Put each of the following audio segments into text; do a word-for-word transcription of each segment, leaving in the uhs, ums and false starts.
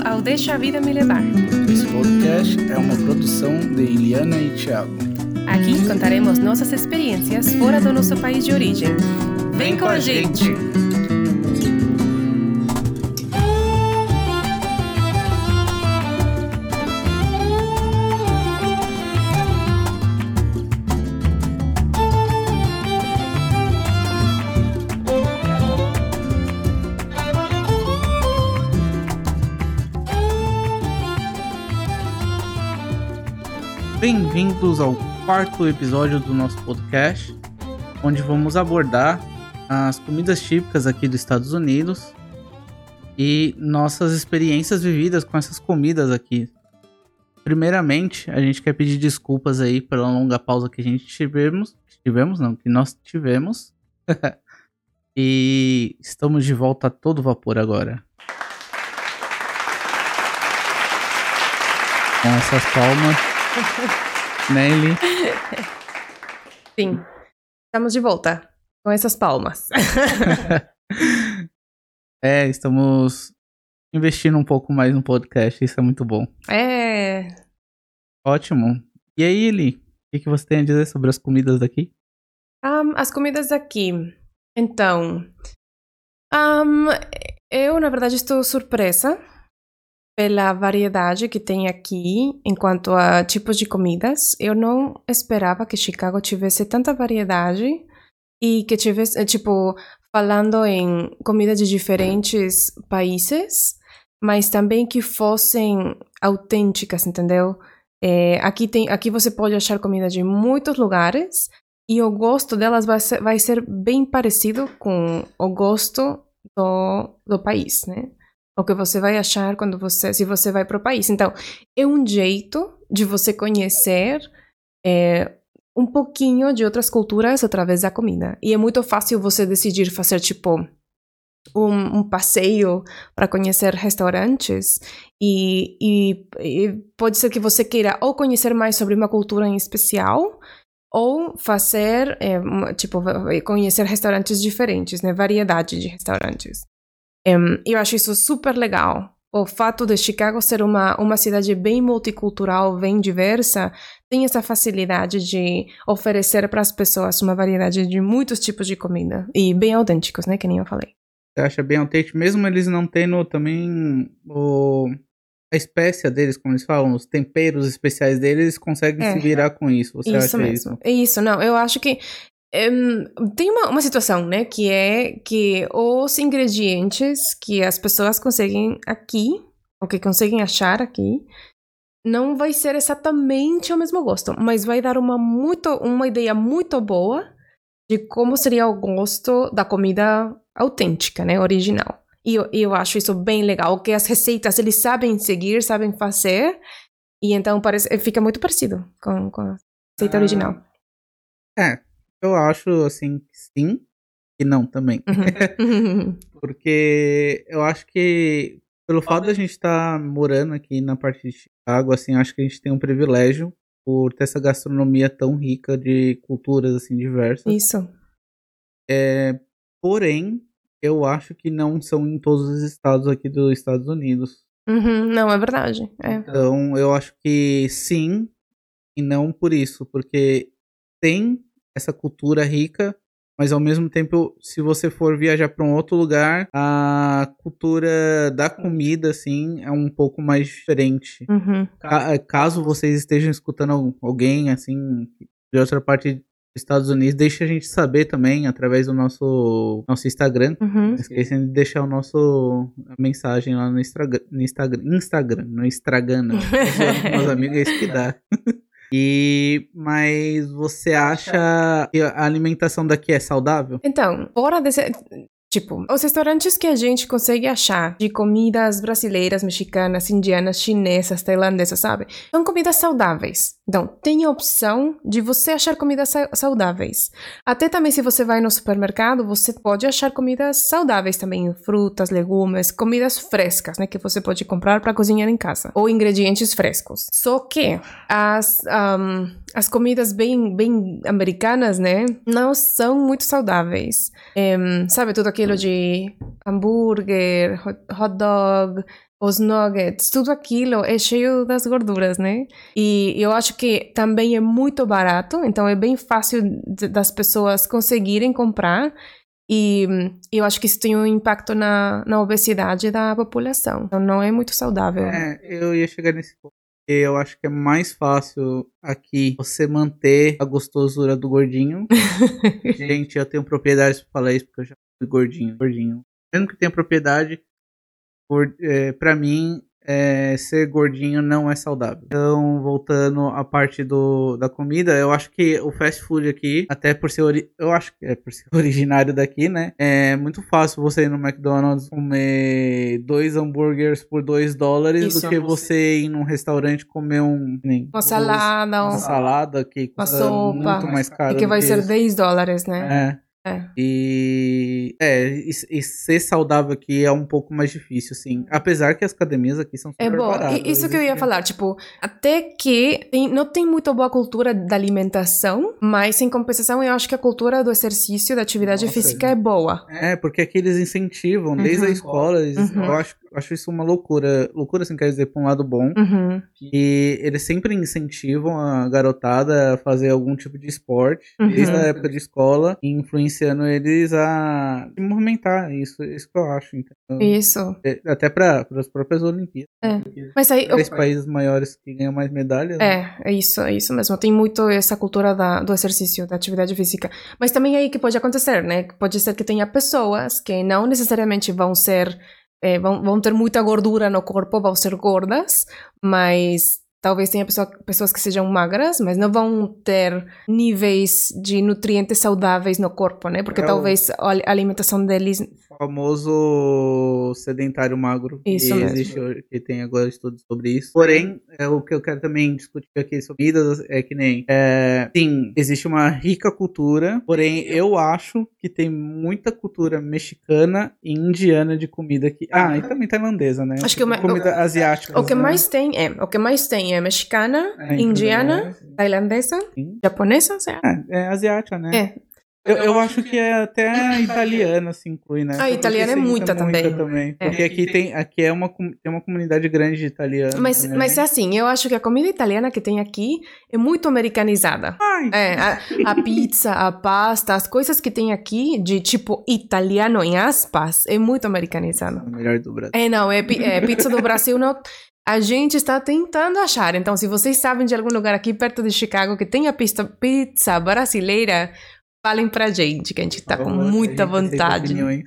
ao Deixa a Vida Me Levar. Esse podcast é uma produção de Iliana e Thiago. Aqui contaremos nossas experiências fora do nosso país de origem. Vem, Vem com a gente! gente. Bem-vindos ao quarto episódio do nosso podcast, onde vamos abordar as comidas típicas aqui dos Estados Unidos e nossas experiências vividas com essas comidas aqui. Primeiramente, a gente quer pedir desculpas aí pela longa pausa que a gente tivemos, tivemos não, que nós tivemos, e estamos de volta a todo vapor agora. Com essas palmas. Nelly. Sim, estamos de volta com essas palmas. É, estamos investindo um pouco mais no podcast, isso é muito bom. É. Ótimo. E aí, Eli, o que, que você tem a dizer sobre as comidas daqui? Um, as comidas daqui. Então, um, eu, na verdade, estou surpresa pela variedade que tem aqui enquanto a tipos de comidas. Eu não esperava que Chicago tivesse tanta variedade e que tivesse, tipo, falando em comidas de diferentes países, mas também que fossem autênticas, entendeu? É, aqui, tem, aqui você pode achar comida de muitos lugares e o gosto delas vai ser, vai ser bem parecido com o gosto do, do país, né? O que você vai achar quando você, se você vai para o país. Então, é um jeito de você conhecer é, um pouquinho de outras culturas através da comida. E é muito fácil você decidir fazer, tipo, um, um passeio para conhecer restaurantes. E, e, e pode ser que você queira ou conhecer mais sobre uma cultura em especial, ou fazer, é, tipo, conhecer restaurantes diferentes, né? Variedade de restaurantes. Um, eu acho isso super legal. O fato de Chicago ser uma, uma cidade bem multicultural, bem diversa, tem essa facilidade de oferecer para as pessoas uma variedade de muitos tipos de comida. E bem autênticos, né? Que nem eu falei. Você acha bem autêntico, mesmo eles não tendo também o, a espécie deles, como eles falam, os temperos especiais deles, eles conseguem é. se virar com isso. Você isso acha mesmo. isso? É isso, não. Eu acho que Um, tem uma, uma situação, né, que é que os ingredientes que as pessoas conseguem aqui, ou que conseguem achar aqui, não vai ser exatamente o mesmo gosto, mas vai dar uma, muito, uma ideia muito boa de como seria o gosto da comida autêntica, né, original. E eu, eu acho isso bem legal, que as receitas eles sabem seguir, sabem fazer, e então parece, fica muito parecido com, com a receita ah, original. É. Eu acho, assim, que sim e não também. Uhum. Porque eu acho que, pelo fato de a gente estar tá morando aqui na parte de Chicago, assim, acho que a gente tem um privilégio por ter essa gastronomia tão rica de culturas, assim, diversas. Isso. É, porém, eu acho que não são em todos os estados aqui dos Estados Unidos. Uhum. Não, é verdade. É. Então, eu acho que sim e não por isso. Porque tem essa cultura rica, mas ao mesmo tempo, se você for viajar para um outro lugar, a cultura da comida, assim, é um pouco mais diferente. Uhum. Caso vocês estejam escutando alguém, assim, de outra parte dos Estados Unidos, deixe a gente saber também, através do nosso, nosso Instagram. Uhum. Não esquecem de deixar o nosso a mensagem lá no, Instagram, no Instagram, Instagram, no Instagram, né? Meus amigos, é isso que dá. E, mas você acha que a alimentação daqui é saudável? Então, fora desse... Tipo, os restaurantes que a gente consegue achar de comidas brasileiras, mexicanas, indianas, chinesas, tailandesas, sabe? São comidas saudáveis. Então, tem a opção de você achar comidas sa- saudáveis. Até também se você vai no supermercado, você pode achar comidas saudáveis também. Frutas, legumes, comidas frescas, né? Que você pode comprar para cozinhar em casa. Ou ingredientes frescos. Só que as, um, as comidas bem, bem americanas, né? Não são muito saudáveis. Um, sabe, tudo aquilo de hambúrguer, hot dog, os nuggets, tudo aquilo é cheio das gorduras, né? E eu acho que também é muito barato, então é bem fácil de, das pessoas conseguirem comprar. E eu acho que isso tem um impacto na, na obesidade da população. Então não é muito saudável. É, eu ia chegar nesse ponto. Eu acho que é mais fácil aqui você manter a gostosura do gordinho. Gente, eu tenho propriedades pra falar isso, porque eu já fui gordinho, gordinho. Mesmo que tenha propriedade, por, é, pra mim, é, ser gordinho não é saudável. Então, voltando à parte do, da comida, eu acho que o fast food aqui, até por ser, ori- eu acho que é por ser originário daqui, né? É muito fácil você ir no McDonald's comer dois hambúrgueres por dois dólares Isso. do que você ir num restaurante comer um, nem, Uma salada, uma um- salada que uma custa sopa. muito mais caro E que do vai que ser isso. dez dólares, né? É. É. E, é, e, e ser saudável aqui é um pouco mais difícil, assim. Apesar que as academias aqui são super É bom, baratas. i- isso que eu ia falar, tipo, até que tem- não tem muito boa cultura da alimentação, mas em compensação eu acho que a cultura do exercício, da atividade Nossa, física é boa. É, porque aqui eles incentivam, desde a Uhum. escola, eles, Uhum. eu acho, acho isso uma loucura. Loucura, assim, quer dizer, por um lado bom. Uhum. E eles sempre incentivam a garotada a fazer algum tipo de esporte, Uhum. desde a época de escola, e influenciando eles a se movimentar. Isso, isso que eu acho. Então, Isso. é, até para as próprias Olimpíadas. É. Mas aí, eu- Três países maiores que ganham mais medalhas. né? É, é isso, é isso mesmo. Tem muito essa cultura da, do exercício, da atividade física. Mas também aí que pode acontecer, né? Pode ser que tenha pessoas que não necessariamente vão ser, eh, vão, vão ter muita gordura no corpo, vão ser gordas, mas talvez tenha pessoa, pessoas que sejam magras, mas não vão ter níveis de nutrientes saudáveis no corpo, né? Porque É o- talvez a a alimentação deles... O famoso sedentário magro que Isso mesmo. existe hoje, que tem agora estudos sobre isso. Porém, é, o que eu quero também discutir aqui sobre comidas é que nem... É, sim, existe uma rica cultura, porém eu acho que tem muita cultura mexicana e indiana de comida aqui. Ah, e também tailandesa, né? Acho que o ma- comida asiática. O que né? mais tem é, o que mais tem é mexicana, É, indiana, tailandesa, Sim. japonesa, sei lá. É, é asiática, né? É. Eu, eu acho que é até italiana se inclui, né? Ah, Só porque italiana é sim, muita também. É. Porque aqui tem, aqui é uma, com- tem uma comunidade grande de italianos. Mas, né? mas é assim, eu acho que a comida italiana que tem aqui é muito americanizada. Ai, É, a, a pizza, a pasta, as coisas que tem aqui de tipo italiano em aspas, é muito americanizado. o melhor do Brasil. É, não, é, pi- é pizza do Brasil, não. A gente está tentando achar. Então, se vocês sabem de algum lugar aqui perto de Chicago que tenha pizza, pizza brasileira, falem pra gente, que a gente tá com Por favor, muita a gente aceita vontade. opiniões.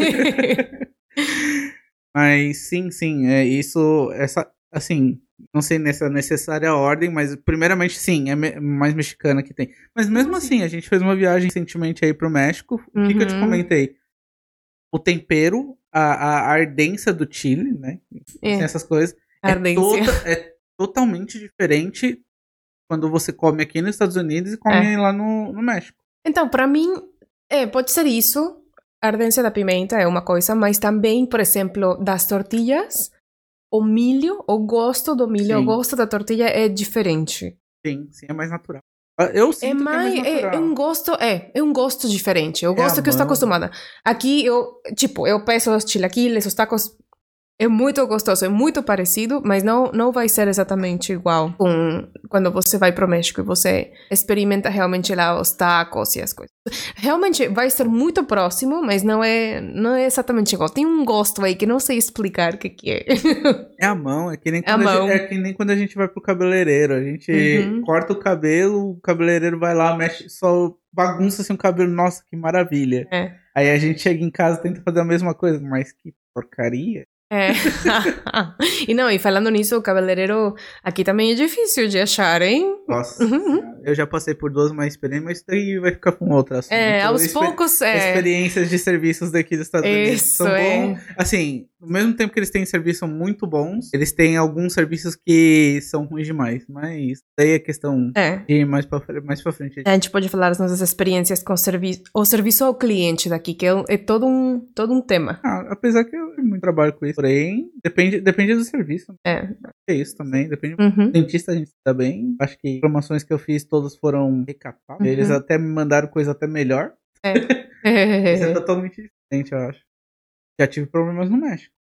Mas sim, sim, é isso, essa, assim, não sei nessa necessária ordem, mas primeiramente sim, é me- mais mexicana que tem. Mas mesmo assim, a gente fez uma viagem recentemente aí pro México. O que, que eu te Uhum. comentei? O tempero, a, a ardência do chile, né? É. Assim, essas coisas. É, Ardência. tota- é totalmente diferente quando você come aqui nos Estados Unidos e come lá no, no México. Então, pra mim, é, pode ser isso. A ardência da pimenta é uma coisa, mas também, por exemplo, das tortilhas, o milho, o gosto do milho, Sim. o gosto da tortilha é diferente. Sim, sim, é mais natural. Ah, Eu sinto É que é mais, mais é, natural. é um gosto, é, é um gosto diferente. Eu É gosto a que eu estou mão. acostumada. Aqui eu, tipo, eu peço os chilaquiles, os tacos. É muito gostoso, é muito parecido, mas não, não vai ser exatamente igual com quando você vai pro México e você experimenta realmente lá os tacos e as coisas. Realmente vai ser muito próximo, mas não é, não é exatamente igual. Tem um gosto aí que não sei explicar o que, que é. É a mão, é que nem É a quando a mão. gente, é que nem quando a gente vai pro cabeleireiro. A gente Uhum. corta o cabelo, o cabeleireiro vai lá, mexe, só bagunça assim o cabelo. Nossa, que maravilha. É. Aí a gente chega em casa e tenta fazer a mesma coisa, mas que porcaria. É. E não, e falando nisso, o cabeleireiro aqui também é difícil de achar, hein? Nossa, Uhum. eu já passei por duas mais experiências, mas isso daí vai ficar com outra assunto. É, aos Exper- poucos, é. Experiências de serviços daqui dos Estados Unidos Isso, são é. bons. Assim, ao mesmo tempo que eles têm serviços muito bons, eles têm alguns serviços que são ruins demais. Mas daí é questão É. de ir mais pra, fre- mais pra frente. A gente pode falar das nossas experiências com o serviço, o serviço ao cliente daqui, que é, um- é todo, um, todo um tema. Ah, apesar que eu tenho muito trabalho com isso, porém, depende, depende do serviço. É. É isso também, depende. Uhum. Dentista a gente tá bem. Acho que informações que eu fiz todas foram recapadas. Uhum. Eles até me mandaram coisa até melhor. Isso é totalmente diferente, eu acho. Já tive problemas no México.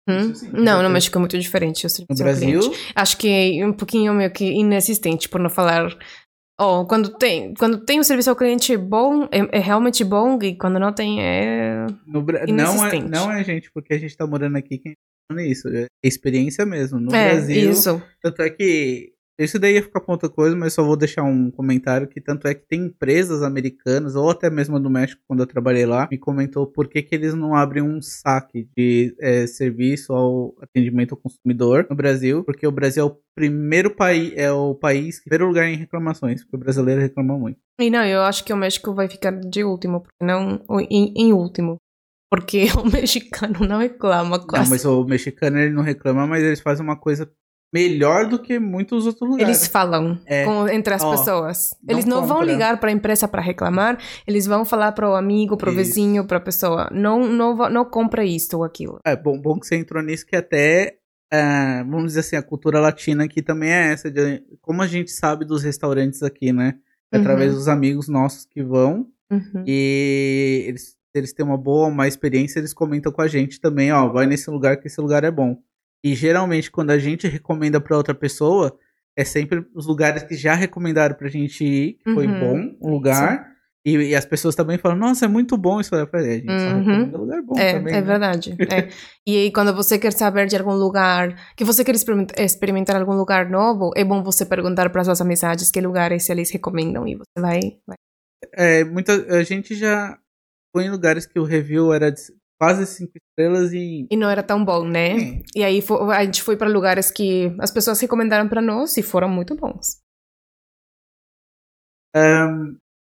Hum? Isso sim, Não, no porque- México é muito diferente o serviço No ao Brasil, cliente. Acho que é um pouquinho meio que inexistente, por não falar. Oh, quando tem, quando tem um serviço ao cliente bom, é, é realmente bom, e quando não tem, é no, Bra- não, é, inexistente. não é, gente, porque a gente tá morando aqui que a gente tá falando isso. É experiência mesmo. No É, Brasil, isso. tanto é que. Isso daí ia ficar pra outra coisa, mas só vou deixar um comentário que tanto é que tem empresas americanas, ou até mesmo do México, quando eu trabalhei lá, me comentou por que, que eles não abrem um saque de é, serviço ao atendimento ao consumidor no Brasil, porque o Brasil é o primeiro país, é o país, primeiro lugar em reclamações, porque o brasileiro reclama muito. E não, eu acho que o México vai ficar de último, porque não em, em último. Porque o mexicano não reclama quase. Não, mas o mexicano ele não reclama, mas eles fazem uma coisa melhor do que muitos outros lugares. Eles falam É. com, entre as Ó, pessoas. não Eles não vão compra. ligar para a empresa para reclamar, eles vão falar para o amigo, para o Isso. vizinho, para a pessoa. Não, não, va- não compra isto ou aquilo. É bom, bom que você entrou nisso, que até, é, vamos dizer assim, a cultura latina aqui também é essa. De, como a gente sabe dos restaurantes aqui, né? É através Uhum. dos amigos nossos que vão Uhum. e eles, eles têm uma boa, uma experiência, eles comentam com a gente também, ó, vai nesse lugar que esse lugar é bom. E geralmente quando a gente recomenda pra outra pessoa, é sempre os lugares que já recomendaram pra gente ir, que foi Uhum. bom o lugar. E, e as pessoas também falam, nossa, é muito bom isso. Eu falei, a gente só Uhum. recomenda lugar bom É, também, é né? verdade. É. E aí, quando você quer saber de algum lugar, que você quer experiment- experimentar algum lugar novo, é bom você perguntar para suas amizades que lugares eles recomendam e você vai. vai. É, muita, a gente já foi em lugares que o review era de quase cinco estrelas e... E não era tão bom, né? É. E aí fo- a gente foi para lugares que as pessoas recomendaram para nós e foram muito bons. Ahn,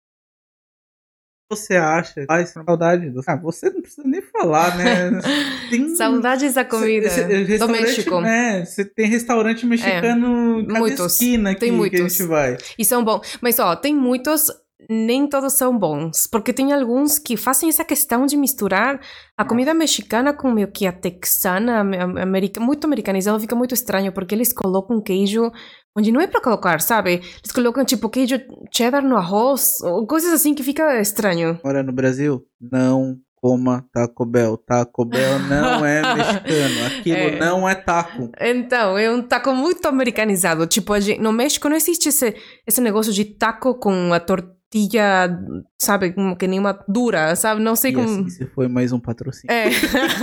você acha? Ai, saudade do... Ah, você não precisa nem falar, né? Tem- Saudades da comida Cê- cê- do restaurante- México. É, você tem restaurante mexicano em cada muitos. esquina aqui Tem que a muitos. gente vai. E são bons. Mas, ó, tem muitos, nem todos são bons. Porque tem alguns que fazem essa questão de misturar a comida mexicana com meio que a texana, a- a- america, muito americanizado, fica muito estranho, porque eles colocam queijo onde não é pra colocar, sabe? Eles colocam, tipo, queijo cheddar no arroz, ou coisas assim que fica estranho. Mora no Brasil? Não coma Taco Bell. Taco Bell não é mexicano. Aquilo É. não é taco. Então, é um taco muito americanizado. Tipo, a gente- no México não existe esse, esse negócio de taco com a tortilha, sabe, como que nem uma dura, sabe? Não sei E como... assim se foi mais um patrocínio. É.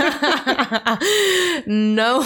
Não.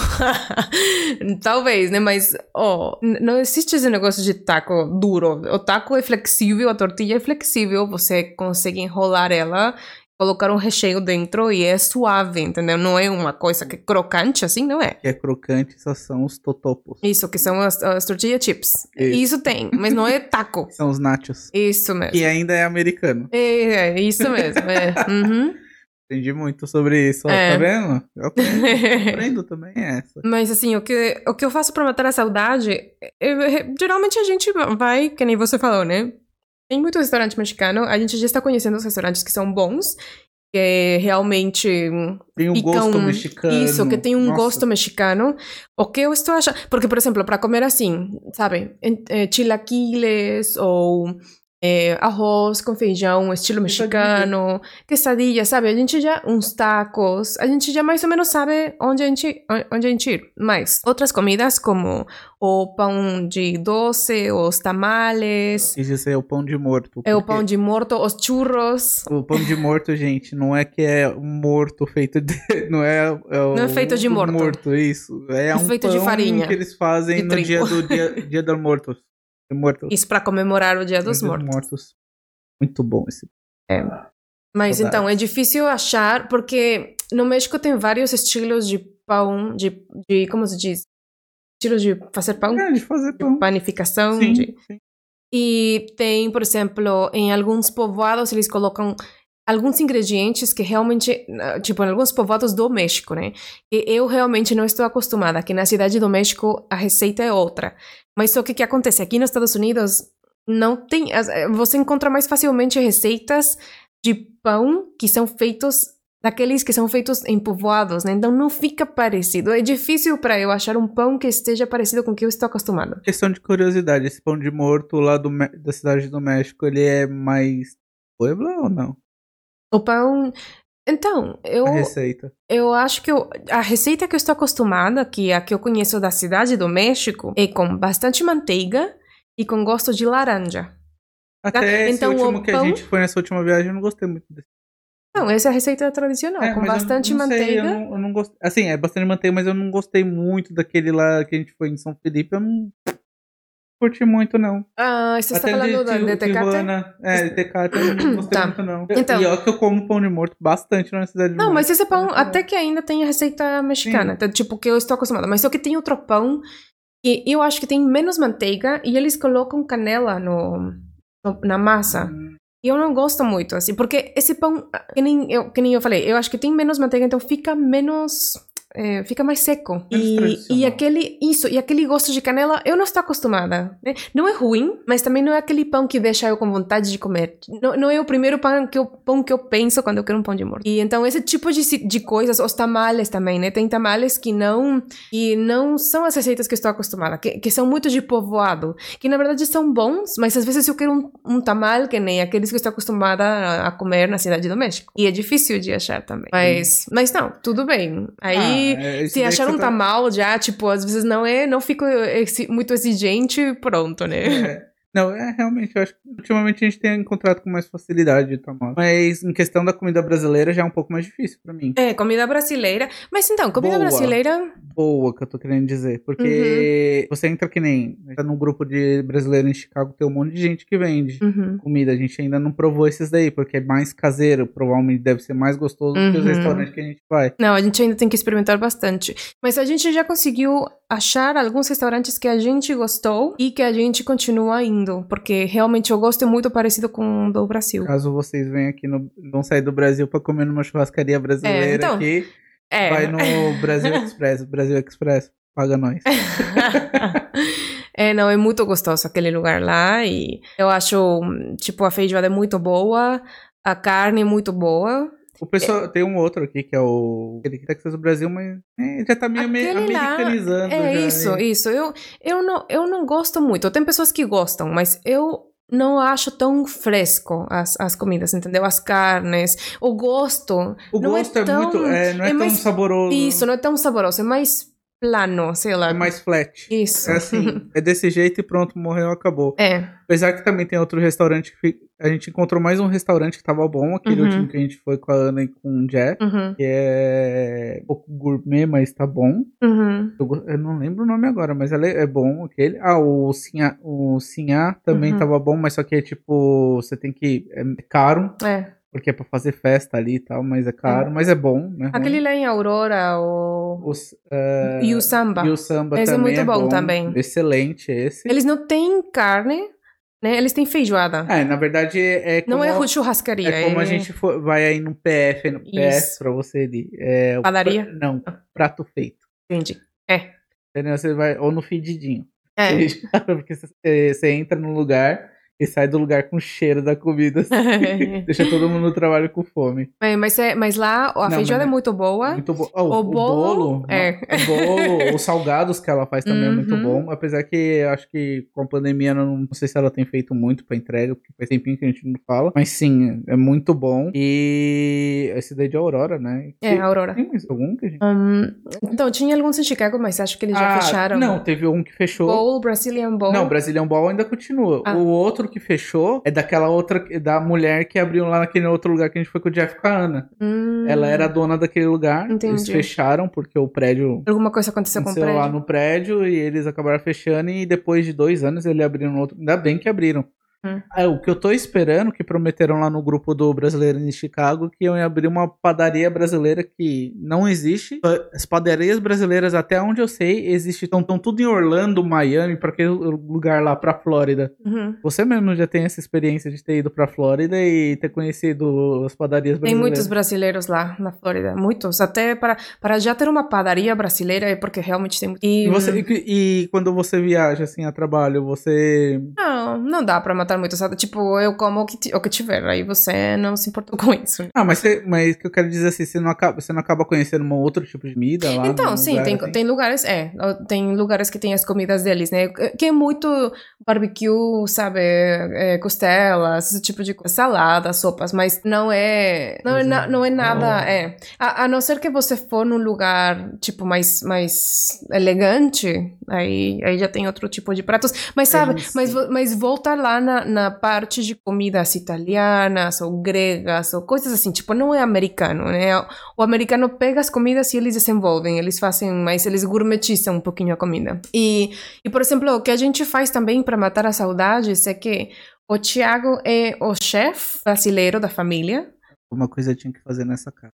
Talvez, né? Mas, ó, n- não existe esse negócio de taco duro. O taco é flexível, a tortilha é flexível, você consegue enrolar ela, colocar um recheio dentro e é suave, entendeu? Não é uma coisa que é crocante, assim, não é. Que é crocante, só são os totopos. Isso, que são as, as tortilha chips. Isso. Isso tem, mas não é taco. São os nachos. Isso mesmo. Que ainda é americano. É, é isso mesmo, é. Uhum. Entendi muito sobre isso. Ó, É. Tá vendo? Eu aprendo, aprendo também essa. Mas assim, o que, o que eu faço pra matar a saudade, eu- eu- geralmente a gente vai, que nem você falou, né? Tem muito restaurante mexicano, a gente já está conhecendo os restaurantes que são bons, que realmente Tem um ficam- gosto mexicano. Isso, que tem um Nossa, gosto mexicano. O que eu estou achando... Porque, por exemplo, para comer assim, sabe? em- eh, Chilaquiles ou eh, arroz com feijão, estilo mexicano, quesadilha, sabe? A gente já... Uns tacos. A gente já mais ou menos sabe onde a gente, onde a gente ir. Mas outras comidas como o pão de doce, os tamales, Esse é o pão de morto. é o porque pão de morto, os churros. O pão de morto, gente, não é que é um morto feito de... Não é, é o- Não é feito de do morto. Isso. É, É um feito de pão farinha, que eles fazem de no trigo. dia do dia, dia dos mortos. De mortos. Isso para comemorar o Dia dos Dia Mortos. Muito bom esse. Mas Saudades. então, é difícil achar, porque no México tem vários estilos de pão, de, de como se diz? Estilos de fazer pão, É, de fazer de pão. panificação. Sim, de- sim. E tem, por exemplo, em alguns povoados eles colocam alguns ingredientes que realmente, ah, tipo, em alguns povoados do México, né? E eu realmente não estou acostumada, que na cidade do México a receita é outra. Mas só que o que acontece? Aqui nos Estados Unidos não tem... as- eh, Você encontra mais facilmente receitas de pão que são feitos daqueles que são feitos em povoados, né? Então não fica parecido. É difícil para eu achar um pão que esteja parecido com o que eu estou acostumada. Questão de curiosidade, esse pão de morto lá do, Me- da cidade do México, ele é mais Puebla ou não? O pão Então, eu, a receita? Eu acho que eu, a receita que eu estou acostumada, que é a que eu conheço da cidade do México, é com bastante manteiga e com gosto de laranja. Até tá? esse Então, último o que pão... a gente foi nessa última viagem, eu não gostei muito desse. Não, essa é a receita tradicional, É, com mas bastante eu não sei, manteiga. eu não, eu não gostei. Assim, é bastante manteiga, mas eu não gostei muito daquele lá que a gente foi em São Felipe. Eu não curti muito, não. Ah, você está Até falando de, da de Tecate? Tijuana, é, de Tecate eu não gostei Tá. muito, não. Então- E ó que eu como pão de morto bastante na cidade do Não, mas México. esse pão até que ainda tem a receita mexicana, tá? Tipo, que eu estou acostumada. Mas só que tem outro pão que eu acho que tem menos manteiga e eles colocam canela no, no- na massa. Hum, E eu não gosto muito, assim, porque esse pão, que nem eu, que nem eu falei, eu acho que tem menos manteiga, então fica menos... é, fica mais seco. Menos E, tradicional. e aquele, isso, e aquele gosto de canela, eu não estou acostumada. Né? Não é ruim, mas também não é aquele pão que deixa eu com vontade de comer. Não, não é o primeiro pão que, eu, pão que eu penso quando eu quero um pão de morto. E então esse tipo de, si- de coisas, os tamales também, né? Tem tamales que não, que não são as receitas que eu estou acostumada, que, que são muito de povoado, que na verdade são bons, mas às vezes eu quero um, um tamal que nem aqueles que eu estou acostumada a, a comer na cidade do México. E é difícil de achar também. Mas, mas não, tudo bem. Aí... Ah, é, isso se daí achar que um você tá- tamal já, tipo, às vezes não é, não fico exi- muito exigente, pronto, né? É. Não, é realmente, eu acho que ultimamente a gente tem encontrado com mais facilidade de tomar. Mas em questão da comida brasileira já é um pouco mais difícil pra mim. É, comida brasileira. Mas então, comida Boa. brasileira... Boa, que eu tô querendo dizer. Porque você entra que nem. Tá num grupo de brasileiro em Chicago, tem um monte de gente que vende Uhum. comida. A gente ainda não provou esses daí, porque é mais caseiro. Provavelmente deve ser mais gostoso do que os Uhum. restaurantes que a gente vai. Não, a gente ainda tem que experimentar bastante. Mas a gente já conseguiu achar alguns restaurantes que a gente gostou e que a gente continua indo. Porque realmente o gosto é muito parecido com o do Brasil. Caso vocês venham aqui, no, vão sair do Brasil pra comer numa churrascaria brasileira É, então, aqui, É. vai no Brasil Express. Brasil Express, paga nós. É, não, é muito gostoso aquele lugar lá e eu acho, tipo, a feijoada é muito boa, a carne é muito boa. O pessoal, tem um outro aqui que é o aquele que Texas do Brasil, mas é, já tá meio ame- Aquele lá, americanizando. é já, isso, né? isso. Eu, eu, não, eu não gosto muito. Tem pessoas que gostam, mas eu não acho tão fresco as, as comidas, entendeu? As carnes, o gosto. O não gosto é, é tão, muito, é, não é, tão mais, saboroso. Isso, não é tão saboroso, é mais plano, sei lá. É mais flat. Isso. É assim, é desse jeito e pronto, morreu, acabou. É. Apesar que também tem outro restaurante que fi- a gente encontrou mais um restaurante que tava bom, aquele Uhum. último que a gente foi com a Ana e com o Jé, Uhum, que é um pouco gourmet, mas tá bom. uhum, Eu, go- eu não lembro o nome agora, mas ele é bom aquele. Ah, o Sinhá, o Sinhá também Uhum. tava bom, mas só que é tipo, você tem que. É caro, é. porque é pra fazer festa ali e tal, mas é caro, mas é bom, né? Aquele lá em Aurora, o... Os, é, E o samba. E o samba Esse é também muito bom também. Excelente esse. Eles não têm carne, né? Eles têm feijoada. É, na verdade é como, Não é churrascaria. é como a gente for, vai aí no P F, no P F Isso. pra você ali. É, o Padaria? pra- não, prato feito. Entendi. É. Entendeu? Você vai, ou no fedidinho. É. Porque você, é, você entra no lugar e sai do lugar com o cheiro da comida. Assim. Deixa todo mundo no trabalho com fome. É, mas, é, mas lá a Não, feijoada mas é muito boa. Muito bom. Oh, O o, bolo, bolo, é. o bolo, os salgados que ela faz também é muito Uhum. bom. Apesar que eu acho que com a pandemia não, não sei se ela tem feito muito pra entrega, porque faz tempinho que a gente não fala. Mas sim, é muito bom. E esse daí de Aurora, né? É, Que- Aurora. Tem mais algum que a gente. Hum, então, tinha alguns em Chicago, mas acho que eles já Ah, fecharam. Não, teve um que fechou. Bowl, Brazilian Bowl. Não, Brazilian Ball ainda continua. Ah. O outro que fechou é daquela outra, da mulher que abriu lá naquele outro lugar que a gente foi com o Jeff com a Ana. Hum, Ela era a dona daquele lugar. Eles Entendi. fecharam porque o prédio Alguma coisa aconteceu com o aconteceu lá prédio. no prédio e eles acabaram fechando e depois de dois anos eles abriram outro. Ainda bem que abriram. Hum. Ah, o que eu tô esperando, que prometeram lá no grupo do Brasileiro em Chicago, que iam abrir uma padaria brasileira que não existe. As padarias brasileiras, até onde eu sei, existem. Estão tudo em Orlando, Miami, pra aquele lugar lá, pra Flórida. Uhum. Você mesmo já tem essa experiência de ter ido pra Flórida e ter conhecido as padarias Tem brasileiras? muitos brasileiros lá na Flórida, muitos. Até para, para já ter uma padaria brasileira é porque realmente tem muito. E, você, e, e quando você viaja assim a trabalho, você Não, não dá para matar matar muito saudade. Tipo, eu como o que, t- o que tiver. Aí você não se importou com isso. Né? Ah, mas você, mas o que eu quero dizer assim, você não acaba, você não acaba conhecendo um outro tipo de comida lá? Então, num sim, lugar tem, assim? tem lugares, é, tem lugares que tem as comidas deles, né? Que é muito barbecue, sabe? É, costelas, esse tipo de coisa, salada, sopas, mas não é, não é, na- não é nada, é. A, a não ser que você for num lugar, tipo, mais, mais elegante, aí, aí já tem outro tipo de pratos. Mas sabe, Aí sim. mas, vo- mas volta lá na, na parte de comidas italianas ou gregas ou coisas assim, tipo, não é americano, né? O americano pega as comidas e eles desenvolvem, eles fazem, mas eles gourmetizam um pouquinho a comida. E, e por exemplo, o que a gente faz também para matar as saudades é que o Thiago é o chefe brasileiro da família. Uma coisa eu tinha que fazer nessa casa.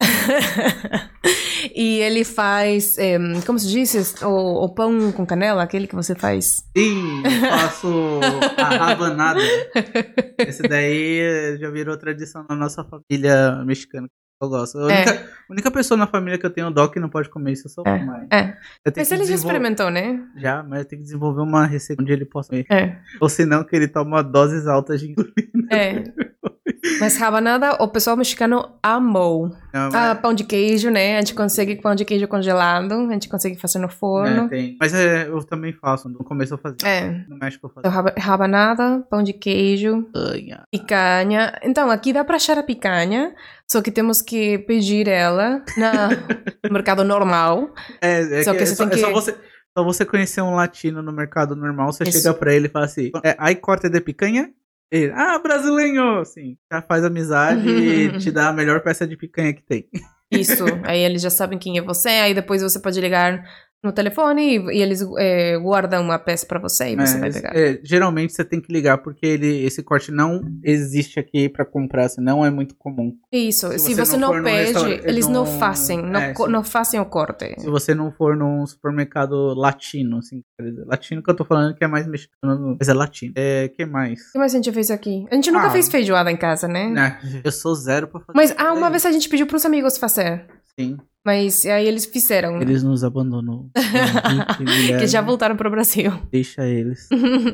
E ele faz, em, como se diz, o, o pão com canela, aquele que você faz. Sim, eu faço a rabanada. Esse daí já virou tradição na nossa família mexicana. Eu gosto. A única, É. única pessoa na família que eu tenho dó que não pode comer isso, eu sou É, mãe. é. Eu tenho Mas que ele já desenvol- experimentou, né? Já, mas eu tenho que desenvolver uma receita onde ele possa comer. É, Ou senão que ele toma doses altas de insulina. é. Mas rabanada, o pessoal mexicano amou. Não, Ah, mas, pão de queijo, né? A gente consegue pão de queijo congelado, a gente consegue fazer no é, forno. tem. Mas é, eu também faço. No começo eu fazia. É. No México eu Então, fazia. raba- rabanada, pão de queijo, Picanha. picanha. Então, aqui dá pra achar a picanha, só que temos que pedir ela na- no mercado normal. É, é, Só que que é você só, tem é só que- você. Só você conhecer um latino no mercado normal, você Isso. chega pra ele e fala assim, é, aí corta de picanha? Ele, ah, brasileiro! Assim, já faz amizade e te dá a melhor peça de picanha que tem. Isso, aí eles já sabem quem é você, aí depois você pode ligar no telefone e, e eles é, guardam uma peça pra você e você vai Mas, pegar. é, geralmente você tem que ligar porque ele, esse corte não existe aqui pra comprar, assim, não é muito comum. Isso, se se, você você não não, for num pede, restaurante, eles não, num- fazem, não, é, co- se- não fazem o corte. Se você não for num supermercado latino, assim, quer dizer, latino que eu tô falando que é mais mexicano, mas é latino. É, que mais? O que mais a gente fez aqui? A gente nunca Ah. fez feijoada em casa, né? Né, eu sou zero pra fazer. Mas, isso ah, uma daí. vez a gente pediu pros amigos fazer. Sim. Mas aí eles fizeram. Eles nos abandonam. Henrique, Guilherme, que já voltaram pro Brasil. Deixa eles.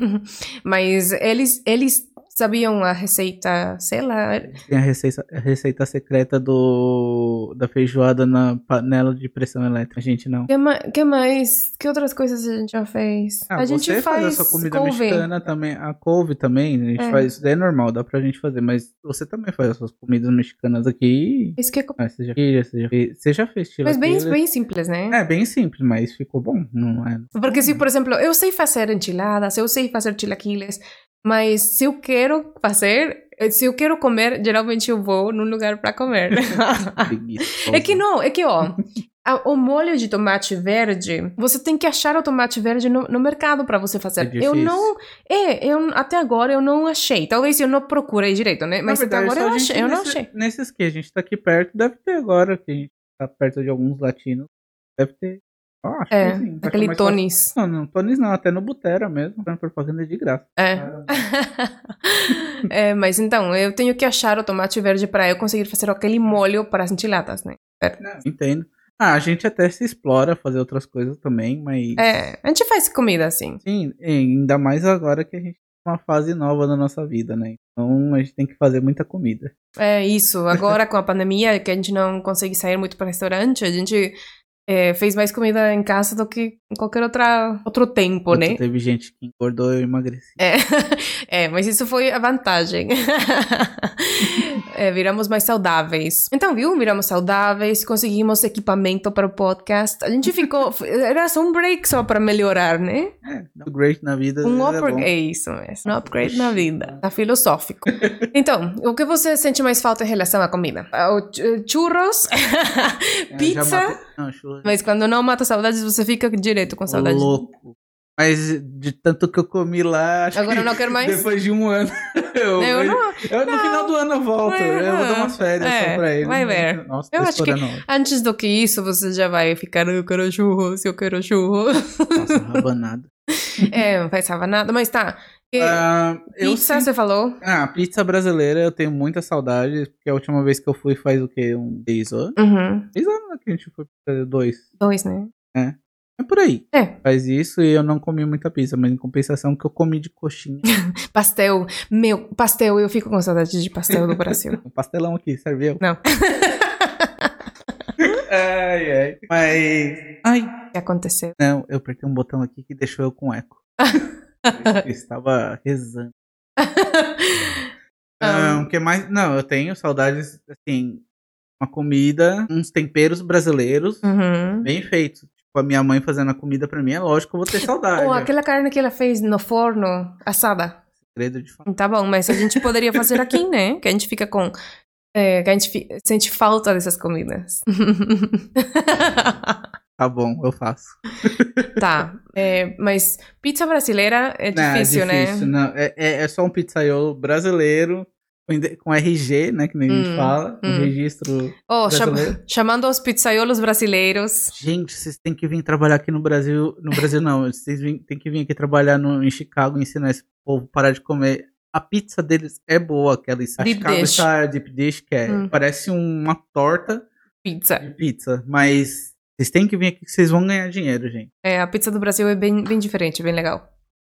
Mas eles, eles sabiam a receita, sei lá. Tem a receita, a receita secreta do da feijoada na panela de pressão elétrica. A gente não. Que, ma que mais? Que outras coisas a gente já fez? Ah, a gente você faz a sua comida couve. mexicana também. A couve também. A gente É. faz. Isso daí é normal, dá pra gente fazer. Mas você também faz as suas comidas mexicanas aqui. Isso que é co- Ah, você, já, você, já fez, você já fez Mas bem, chilaquiles. bem simples, né? É, bem simples, mas ficou bom. Não é? Porque se, por exemplo, eu sei fazer enchiladas, eu sei fazer chilaquiles, mas se eu quero fazer, se eu quero comer, geralmente eu vou num lugar pra comer. Preguiçoso. É que não, é que ó, a- o molho de tomate verde, você tem que achar o tomate verde no, no mercado pra você fazer. É eu difícil. não, é, eu até agora eu não achei. Talvez eu não procurei direito, né? Na Mas verdade, até agora só eu, a gente achei, eu não nesse- achei. Nesses que a gente tá aqui perto, deve ter agora, que a gente tá perto de alguns latinos. Deve ter. Eu acho É, que sim. Acho que aquele mais fácil- Tonis. Não, não, Tonis não, até no Butera mesmo. Fazendo propaganda de graça. É. É, mas então, eu tenho que achar o tomate verde para eu conseguir fazer aquele molho para as enchiladas, né? Não, entendo. Ah, a gente até se explora fazer outras coisas também, mas. É, a gente faz comida assim. Sim, e ainda mais agora que a gente tá numa fase nova da nossa vida, né? Então a gente tem que fazer muita comida. É isso, agora com a pandemia, que a gente não consegue sair muito para restaurante, a gente é, fez mais comida em casa do que em qualquer outra, outro tempo, né? Teve gente que engordou e eu emagreci. É, é, mas isso foi a vantagem. É, viramos mais saudáveis. Então, viu? Viramos saudáveis, conseguimos equipamento para o podcast. A gente ficou. Era só um break só para melhorar, né? É, upgrade na vida. Um é bom. upgrade. É isso mesmo. Um upgrade na vida. Tá filosófico. Então, o que você sente mais falta em relação à comida? Ah, o ch- Churros, É, já pizza. matei- Não, churros. Mas quando não mata saudades, você fica direto com saudades. Louco. Mas de tanto que eu comi lá, acho Agora que não quero mais? depois de um ano. Eu, Eu não. eu- no final do ano eu volto. Vai, eu vou dar vai. umas férias É, só pra ele. vai ver. Nossa, Eu tô acho que- estourando. Antes do que isso, você já vai ficar, eu quero churros, eu quero churros. Nossa, rabanada. É, não faz nada, mas tá. E Ah, eu pizza, sim- você falou? Ah, pizza brasileira eu tenho muita saudade, porque a última vez que eu fui faz o quê? Um dez anos? Uhum. dez anos que a gente foi fazer dois. Dois, né? É. É por aí. É. Faz isso e eu não comi muita pizza, mas em compensação que eu comi de coxinha. Pastel. Meu, pastel, eu fico com saudade de pastel do Brasil. Um pastelão aqui, serviu? Não. Ai, ai. Mas... Ai. O que aconteceu? Não, eu apertei um botão aqui que deixou eu com eco. Eu estava rezando. Não, o que mais? Não, eu tenho saudades, assim, uma comida, uns temperos brasileiros Uhum. bem feitos. Tipo, a minha mãe fazendo a comida pra mim, é lógico que eu vou ter saudade. Ou aquela carne que ela fez no forno, assada. Segredo de família. Tá bom, mas a gente poderia fazer aqui, né? Que a gente fica com... É, que a gente fi- sente falta dessas comidas. Tá bom, eu faço. Tá, é, mas pizza brasileira é difícil, não, é difícil, né? Não. É, é, é só um pizzaiolo brasileiro com inde- com R G, né? Que nem a gente Hum, fala. Um hum. registro Oh, cham- brasileiro. chamando os pizzaiolos brasileiros. Gente, vocês têm que vir trabalhar aqui no Brasil. No Brasil, não. Vocês vêm- têm que vir aqui trabalhar no, em Chicago e ensinar esse povo a parar de comer. A pizza deles é boa, aquela a Deep Chicago dish. Style Deep Dish, que é, Hum. parece uma torta Pizza. de pizza. Mas vocês têm que vir aqui que vocês vão ganhar dinheiro, gente. É, a pizza do Brasil é bem, bem diferente, bem legal.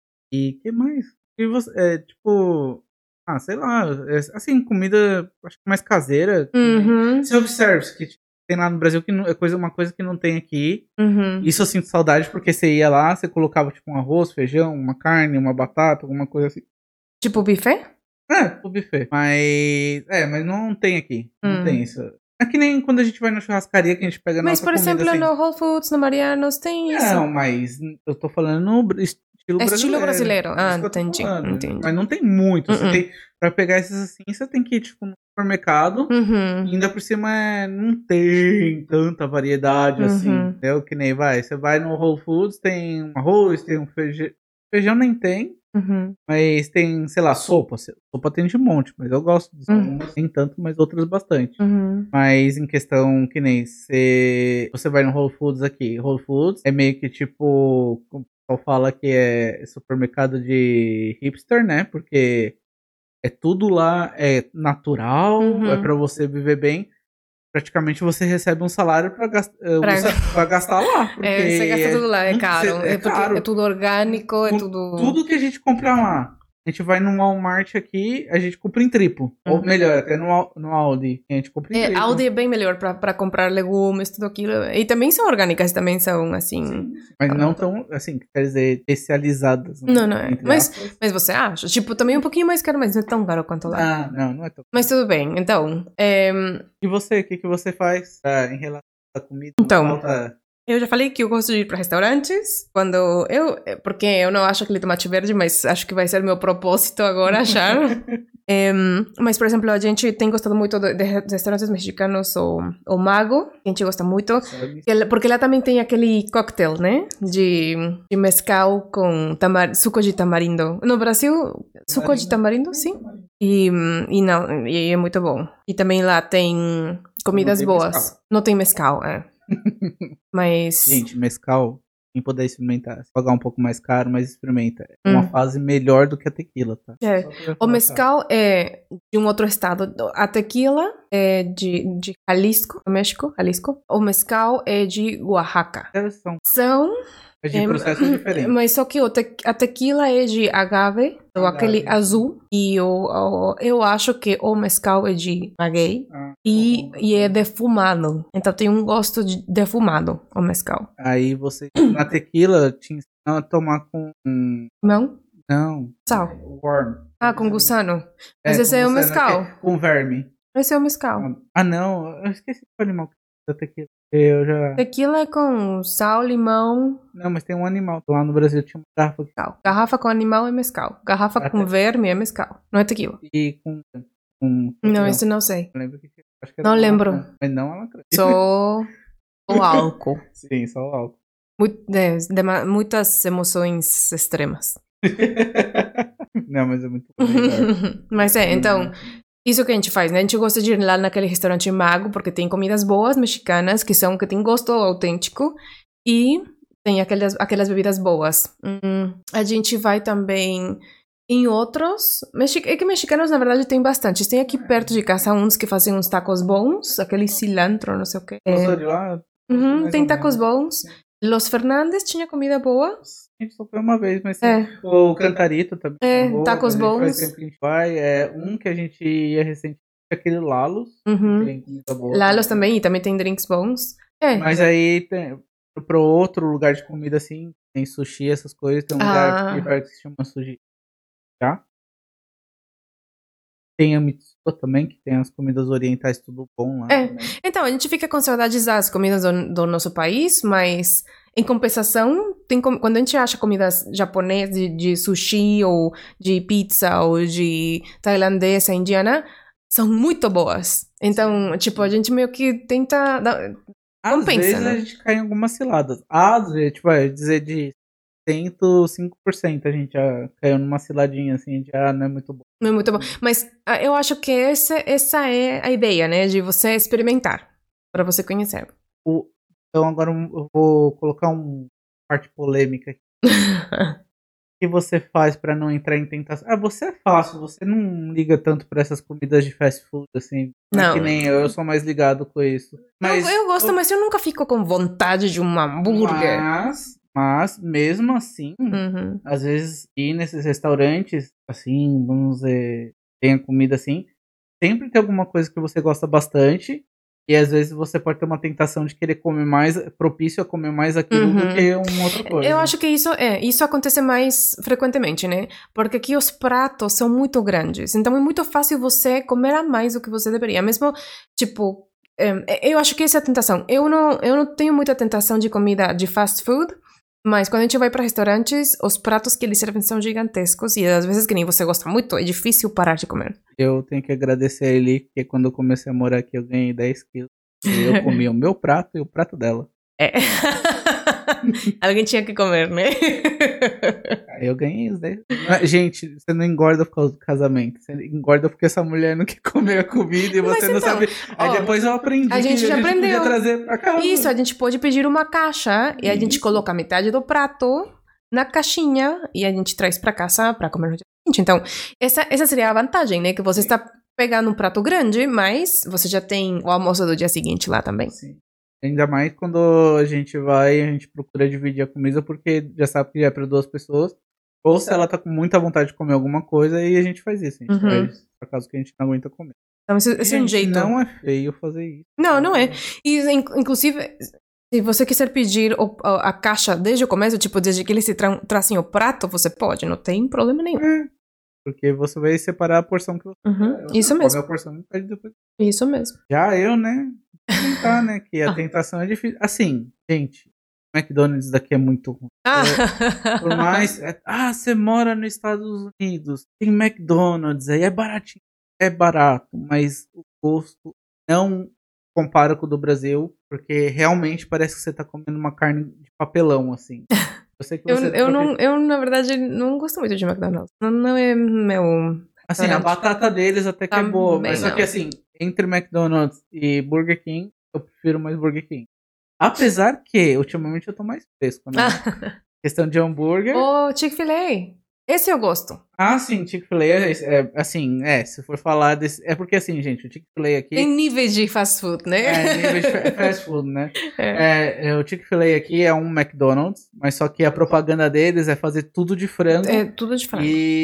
E que mais? E você, é, tipo... Ah, sei lá. É, assim, comida, acho que mais caseira. Uhum, Self-service, que tem lá no Brasil, que não, é coisa, uma coisa que não tem aqui. uhum. Isso eu sinto saudade, porque você ia lá, você colocava tipo um arroz, feijão, uma carne, uma batata, alguma coisa assim. Tipo buffet? É, o buffet. Mas. É, mas não tem aqui. Não Hum. tem isso. É que nem quando a gente vai na churrascaria que a gente pega a Mas, nossa por comida exemplo, assim. no Whole Foods, no Marianos, tem isso. Não, mas eu tô falando no br- estilo brasileiro. Estilo brasileiro. Ah, Isso que eu tô entendi, falando. entendi. Mas não tem muito. Você Uh-uh. tem, pra pegar esses assim, você tem que ir tipo, no supermercado. Uhum. E ainda por cima é, não tem tanta variedade assim, Uhum. entendeu? Que nem vai. Você vai no Whole Foods, tem um arroz, tem um feijão. Feijão nem tem, Uhum. mas tem, sei lá, sopa. Sopa tem de monte, mas eu gosto de Uhum. algumas, nem tanto, mas outras bastante. Uhum. Mas em questão que nem você, você vai no Whole Foods aqui. Whole Foods é meio que tipo, como o pessoal fala que é supermercado de hipster, né? Porque é tudo lá, é natural, Uhum. é pra você viver bem. Praticamente você recebe um salário pra, gast... eh, Pra- usa- pra gastar lá. Porque É, você gasta tudo lá, é muito caro. cedo, É, É, porque caro. é tudo orgânico, é Com tudo... Tudo que a gente compra lá. A gente vai no Walmart aqui, a gente compra em triplo. Ou Uhum. melhor, até no, Al- no Audi. A gente compra em É, triplo. Aldi é bem melhor pra, pra comprar legumes, tudo aquilo. E também são orgânicas, também são assim... Mas não tão, assim, quer dizer, especializadas. né? Não, não é. Entre Mas- aspas. Mas você acha? Tipo, também um pouquinho mais caro, mas não é tão caro quanto lá. Ah, não, não é tão. Mas tudo bem, então... é, E você, o que, que você faz ah, em relação à comida? Então. Falta... eu já falei que eu gosto de ir para restaurantes, quando eu... Porque eu não acho aquele tomate verde, mas acho que vai ser meu propósito agora achar. Em, mas, por exemplo, a gente tem gostado muito de, de restaurantes mexicanos, o, o Mago, que a gente gosta muito. Que ela- Porque lá também tem aquele cocktail, né? De, de mezcal com tamar, suco de tamarindo. No Brasil, suco de tamarindo, sim. E, e, não, e é muito bom. E também lá tem comidas tem boas. mezcal. Não tem mezcal, é. Mas... Gente, mescal, quem puder experimentar, se pagar um pouco mais caro, mas experimenta. É uma Hum. fase melhor do que a tequila, tá? É. Só pra O falar, mezcal é de um outro estado. A tequila é de, de Jalisco, no México, Jalisco. O mezcal é de Oaxaca. tá? São São... é de é, processos diferentes. Mas só que o te- a tequila é de agave, ou Agave. aquele azul. E o, o- eu acho que o mezcal é de maguey. Ah, E, tá bom. e é defumado. Então tem um gosto de defumado, o mezcal. Aí você, na tequila, te ensinam a tomar com... Não? Não, Sal. corn. Ah, com gusano. Mas É, esse com é o gusano, mezcal. que é Com verme. Esse é o mezcal. Ah, não, eu esqueci o animal da tequila. Eu já... Tequila é com sal, limão, Não, mas tem um animal. Lá no Brasil tinha uma garrafa que- mezcal. Garrafa com animal é mezcal. Garrafa Ah, com tá. verme é mezcal. Não é tequila. e com... com Não, esse não sei. Eu lembro que tinha- acho que era Não uma lembro. lacra, Mas não a lacra. Só o álcool. Sim, só o álcool. Muito, de, de, muitas emoções extremas. Não, mas é muito melhor. Mas é, então, isso que a gente faz, né? A gente gosta de ir lá naquele restaurante Mago, porque tem comidas boas mexicanas, que são, que tem gosto autêntico, e tem aquelas, aquelas bebidas boas. Hum, a gente vai também em outros... Mexi, é que mexicanos, na verdade, tem bastante. Tem aqui perto de casa uns que fazem uns tacos bons, aquele cilantro, não sei o quê. Eu É, sou de lá, uhum, mais tem ou tacos menos. bons. Los Fernandes tinha comida boa. A gente só foi uma vez, mas É. o Cantarito também. É, boa, tacos a gente bons. faz sempre que a gente vai. É, um que a gente ia recentemente, aquele Lalos. Uhum. Que tem comida boa. Lalos também, e também tem drinks bons. É. Mas aí, tem, pro outro lugar de comida assim, tem sushi, essas coisas, tem um lugar Ah. aqui perto que se chama Sushi. Já? Tem a Mitsuba também, que tem as comidas orientais tudo bom lá. É. Também. Então, a gente fica com saudades das comidas do, do nosso país, mas em compensação, tem com- quando a gente acha comidas japonesas, de, de sushi, ou de pizza, ou de tailandesa, indiana, são muito boas. Então, tipo, a gente meio que tenta... dar- Às Compensa, vezes né? a gente cai em algumas ciladas. Às vezes, tipo, é dizer de cento e cinco por cento a gente já caiu numa ciladinha, assim, já não é muito bom. Não é muito bom. Mas ah, eu acho que essa, essa é a ideia, né? De você experimentar, para você conhecer. O- então agora eu vou colocar uma parte polêmica aqui. O que você faz pra não entrar em tentação? Ah, você é fácil, você não liga tanto pra essas comidas de fast food, assim. Não é Não. que nem eu, eu sou mais ligado com isso. Mas eu, eu gosto, mas eu nunca fico com vontade de um hambúrguer. Mas, mas mesmo assim, Uhum. às vezes ir nesses restaurantes, assim, vamos dizer, tem a comida assim, sempre tem alguma coisa que você gosta bastante. E às vezes você pode ter uma tentação de querer comer mais, propício a comer mais aquilo do Uhum. que uma outra coisa. Eu acho que isso é, isso acontece mais frequentemente, né? Porque aqui os pratos são muito grandes, então é muito fácil você comer a mais do que você deveria. Mesmo, tipo, é, eu acho que essa é a tentação. Eu não, eu não tenho muita tentação de comida de fast food, mas quando a gente vai para restaurantes, os pratos que eles servem são gigantescos e às vezes que nem você gosta muito, é difícil parar de comer. Eu tenho que agradecer a Eli, porque quando eu comecei a morar aqui eu ganhei dez quilos. E eu comi o meu prato e o prato dela. É. Alguém tinha que comer, né? Aí eu ganhei os dez. Mas, gente, você não engorda por causa do casamento. Você engorda porque essa mulher não quer comer a comida e Mas você não então, sabe. Aí ó, depois eu aprendi a gente que já a gente aprendeu. podia trazer pra casa. Isso, a gente pode pedir uma caixa e a gente Isso. coloca metade do prato na caixinha e a gente traz pra casa pra comer no dia seguinte. Então, essa, essa seria a vantagem, né? Que você está pegando um prato grande, mas você já tem o almoço do dia seguinte lá também. Sim. Ainda mais quando a gente vai, a gente procura dividir a comida porque já sabe que já é para duas pessoas. Ou se ela tá com muita vontade de comer alguma coisa, aí a gente faz isso. A gente Uhum. faz por causa que a gente não aguenta comer. Então, esse, esse é um Gente, jeito. não é feio fazer isso. Não, não é. E, in- inclusive, se você quiser pedir o- a, a caixa desde o começo, tipo, desde que eles se tra trazem o prato, você pode, não tem problema nenhum. É, porque você vai separar a porção que você Uhum, quer. isso Come mesmo. a porção e pede depois. Isso mesmo. Já eu, né? Tentar, né? Que a Ah. tentação é difícil. Assim, gente, o McDonald's daqui é muito ruim. Ah. Por mais. é- ah, você mora nos Estados Unidos, tem McDonald's, aí é baratinho. É barato, mas o gosto não compara com o do Brasil, porque realmente parece que você tá comendo uma carne de papelão, assim. Eu sei que Eu, você. eu, não, eu, na verdade, não gosto muito de McDonald's. Não, não é meu. Assim, a restaurante. batata deles até que é Também boa, mas só não. que assim, entre McDonald's e Burger King, eu prefiro mais Burger King. Apesar que, ultimamente, eu tô mais fresco, né? Ah. Questão de hambúrguer. O Chick-fil-A. Esse eu gosto. Ah, sim, Chick-fil-A, é, é, assim, é, se for falar desse... É porque, assim, gente, o Chick-fil-A aqui... Tem níveis de fast food, né? É, nível de fa- fast food, né? É. É, é, o Chick-fil-A aqui é um McDonald's, mas só que a propaganda deles é fazer tudo de frango. É tudo de frango.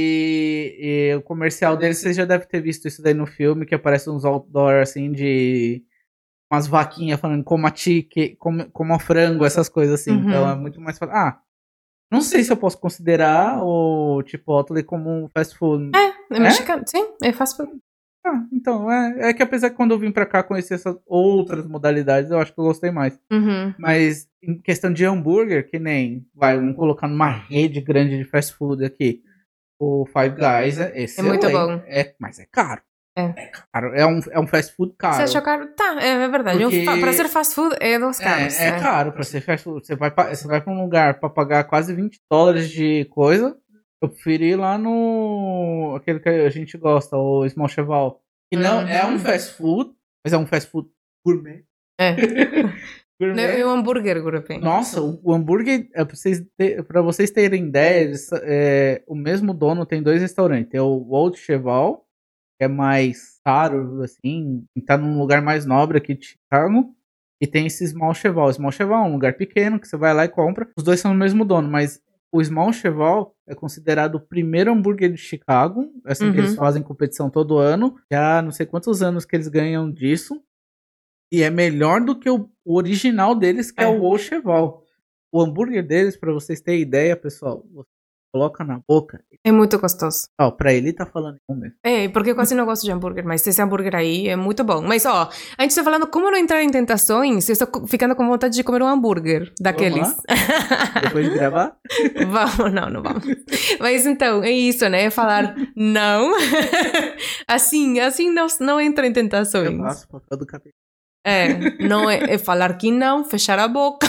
E, e o comercial deles, vocês já devem ter visto isso daí no filme, que aparece uns outdoor, assim, de... Umas vaquinhas falando coma chique, coma, coma frango, essas coisas assim. Uhum. Então é muito mais fácil. Ah, não sei se eu posso considerar o Chipotle como um fast food. É mexicano. Sim, é fast food. Ah, então, é, é que apesar que quando eu vim pra cá conhecer essas outras modalidades, eu acho que eu gostei mais. Uhum. Mas em questão de hambúrguer, que nem, vai, vamos colocar numa rede grande de fast food aqui. O Five Guys é excelente. muito bom. É, mas é caro. É. É caro. É um, é um fast food caro. Você achou caro? Tá, é, é verdade. Porque- Um fa- Pra ser fast food é dos caros. É, é caro pra ser fast food. Você vai, pa- você vai pra um lugar pra pagar quase vinte dólares de coisa. Eu prefiro ir lá no... Aquele que a gente gosta, o Small Cheval. Que não Uhum. é um fast food, mas é um fast food gourmet. É. Gourmet. É um hambúrguer, Gurupi. Nossa, o, o hambúrguer, é pra vocês, ter, pra vocês terem ideia, eles, é, o mesmo dono tem dois restaurantes. Tem o Old Cheval, que é mais caro, assim, tá num lugar mais nobre aqui de Chicago. E tem esse Small Cheval. O Small Cheval é um lugar pequeno que você vai lá e compra. Os dois são do mesmo dono, mas o Small Cheval é considerado o primeiro hambúrguer de Chicago. Assim, Uhum. que eles fazem competição todo ano. Já não sei quantos anos que eles ganham disso. E é melhor do que o, o original deles, que é, É. o Old Cheval. O hambúrguer deles, pra vocês terem ideia, pessoal, você coloca na boca. É muito gostoso. Ó, pra ele tá falando bom mesmo. É, porque eu quase não gosto de hambúrguer, mas esse hambúrguer aí é muito bom. Mas, ó, a gente tá falando como não entrar em tentações, eu estou co- ficando com vontade de comer um hambúrguer daqueles. Depois de gravar? Vamos, não, não vamos. Mas então, é isso, né? Falar não. assim, assim não, não entra em Eu tentações. faço o papel do capeta. É, não é, é falar que não, fechar a boca.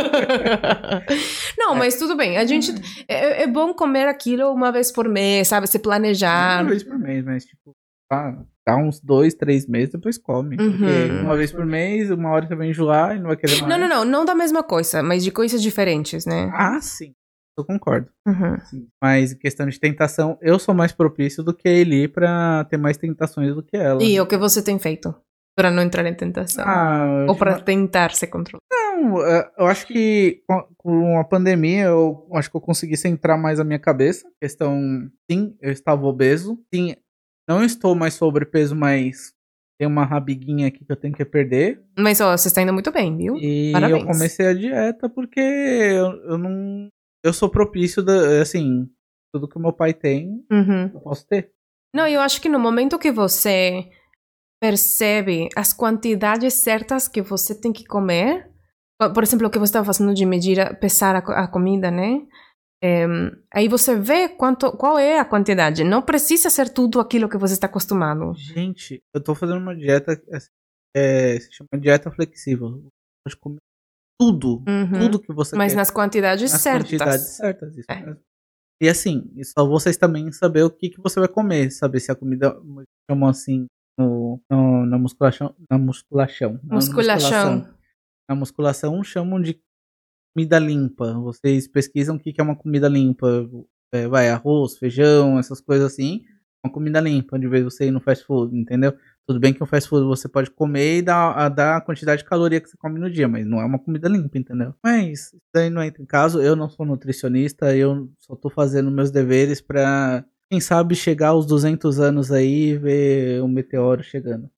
Não, mas tudo bem. A gente é, é bom comer aquilo uma vez por mês, sabe? Se planejar. Uma vez por mês, mas tipo, tá, tá uns dois, três meses, depois come. Uhum. Porque uma vez por mês, uma hora você vai enjoar e não vai querer mais. Não, não, não, não da mesma coisa, mas de coisas diferentes, né? Ah, sim. Eu concordo. Uhum. Sim. Mas em questão de tentação, eu sou mais propício do que a Eli pra ter mais tentações do que ela. E o que você tem feito para não entrar em tentação? Ah, Ou para ultima- tentar se controlar? Não, é, eu acho que com- com a pandemia eu acho que eu consegui centrar mais a minha cabeça. Questão, sim, eu estava obeso. Sim, não estou mais sobrepeso, mas tem uma rabiguinha aqui que eu tenho que perder. Mas, ó, você está indo muito bem, viu? E Parabéns. eu comecei a dieta porque eu, eu não. Eu sou propício, da, assim, tudo que o meu pai tem, Uhum. eu posso ter. Não, eu acho que no momento que você percebe as quantidades certas que você tem que comer, por por exemplo, o que você estava fazendo de medir, a- pesar a, co- a comida, né? Em, aí você vê quanto, qual é a quantidade. Não precisa ser tudo aquilo que você está acostumado. Gente, eu tô fazendo uma dieta, assim, é, se chama dieta flexível. Você pode comer tudo, Uhum. tudo que você Mas quer. nas quantidades Nas certas. quantidades certas, isso É. mesmo. E assim, e só vocês também saber o que, que você vai comer, saber se a comida, chamam assim, no, no- na musculação, na musculação, na Musculação. Na musculação chamam de comida limpa. Vocês pesquisam o que, que é uma comida limpa. É, vai, arroz, feijão, essas coisas assim. Uma comida limpa, de vez você ir no fast food, entendeu? Tudo bem que o fast food você pode comer e dar, a, dar a quantidade de caloria que você come no dia, mas não é uma comida limpa, entendeu? Mas isso daí não entra em caso. Eu não sou nutricionista, eu só tô fazendo meus deveres pra, quem sabe, chegar aos duzentos anos aí e ver o meteoro chegando.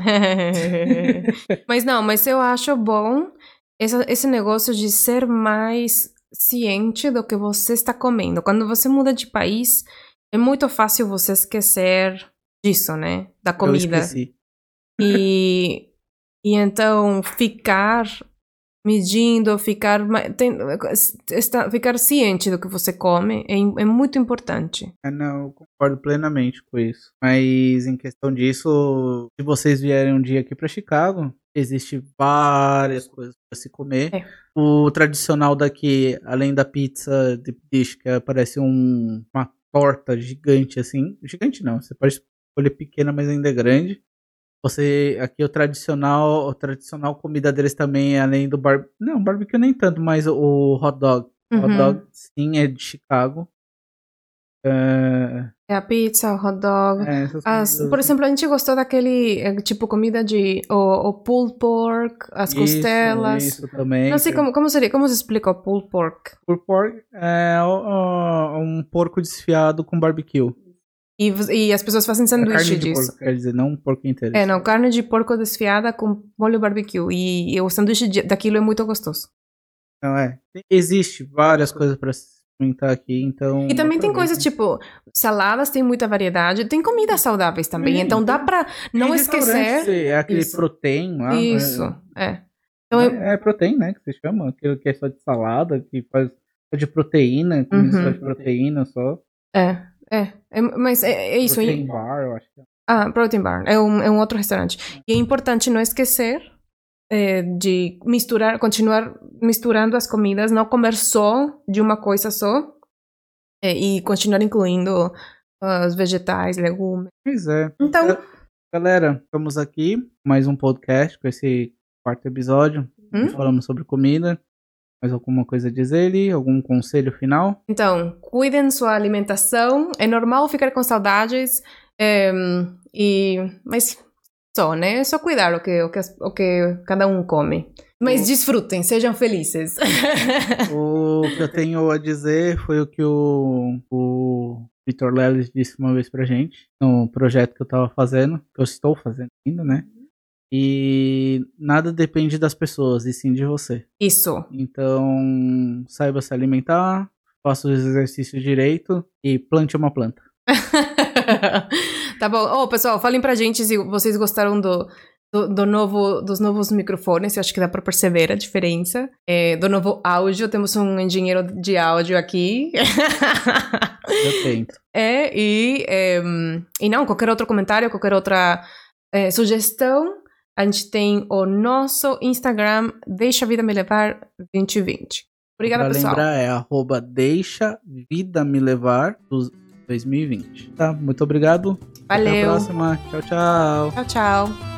Mas não, mas eu acho bom essa- esse negócio de ser mais ciente do que você está comendo. Quando você muda de país, é muito fácil você esquecer disso, né? Da Eu comida. esqueci. E, e então ficar medindo, ficar, ma- tem- estar- ficar ciente do que você come é, im- é muito importante. É, não, eu concordo plenamente com isso. Mas em questão disso, se vocês vierem um dia aqui pra Chicago, existe várias coisas pra se comer. É. O tradicional daqui, além da pizza de dish, que parece um, uma torta gigante assim. Gigante não, você pode escolher pequena, mas ainda é grande. Você, aqui o tradicional, o tradicional comida deles também, além do bar, não, barbecue nem tanto, mas o hot dog. O hot Uhum. dog sim é de Chicago. É, É a pizza, o hot dog. é, essas As, comidas- por exemplo, a gente gostou daquele eh, tipo comida de o, o pulled pork, as Isso, costelas. Isso também. Não sei que- como, como seria, como se explica o pulled pork? Por pork é ó, ó, um porco desfiado com barbecue. E, vo- e as pessoas fazem É carne sanduíche de disso. porco, quer dizer, não um porco inteiro. É, não, carne de porco desfiada com molho barbecue. E, e o sanduíche de- daquilo é muito gostoso. Não, é. Existe várias coisas pra se experimentar aqui, então. E também tem aproveitem. coisas tipo, saladas tem muita variedade, tem comidas saudáveis também. Sim, então dá tem- pra não Tem esquecer. restaurante, É aquele Isso. protein lá. né? Isso, é. Então, eu- É, é protein, né? Que se chama. Aquilo que é só de salada, que faz só de proteína, comida Uhum. só de proteína só. é, é, é, mas é, é isso. Protein bar, eu acho que é. Ah, Protein Bar. É um, é um outro restaurante. E é importante não esquecer eh, de misturar, continuar misturando as comidas, não comer só de uma coisa só. eh, e continuar incluindo ah, os vegetais, legumes. Pois é. Então, Galera, estamos aqui mais um podcast com esse quarto episódio. Hum? Falamos sobre comida. Mais alguma coisa a dizer ali? Algum conselho final? então, cuidem sua alimentação. É normal ficar com saudades. eh, e, mas Só, né? É só cuidar o que, o, que, o que cada um come. Mas desfrutem, sejam felizes. O que eu tenho a dizer foi o que o, o Vitor Leles disse uma vez pra gente, no projeto que eu tava fazendo, que eu estou fazendo ainda, né? E nada depende das pessoas, e sim de você. Isso. Então, saiba se alimentar, faça os exercícios direito e plante uma planta. Tá bom. Oh, pessoal, falem pra gente se vocês gostaram do, do, do novo, dos novos microfones. Eu acho que dá pra perceber a diferença. É, do novo áudio. Temos um engenheiro de áudio aqui. Eu tento. É, e, é, e não, qualquer outro comentário, qualquer outra é, sugestão, a gente tem o nosso Instagram, Deixa a Vida Me Levar vinte e vinte. Obrigada, pra pessoal. Pra lembrar, é arroba Deixa Vida Me Levar dois mil e vinte. Tá, muito obrigado. Valeu. Até a próxima. Tchau, tchau. Tchau, tchau.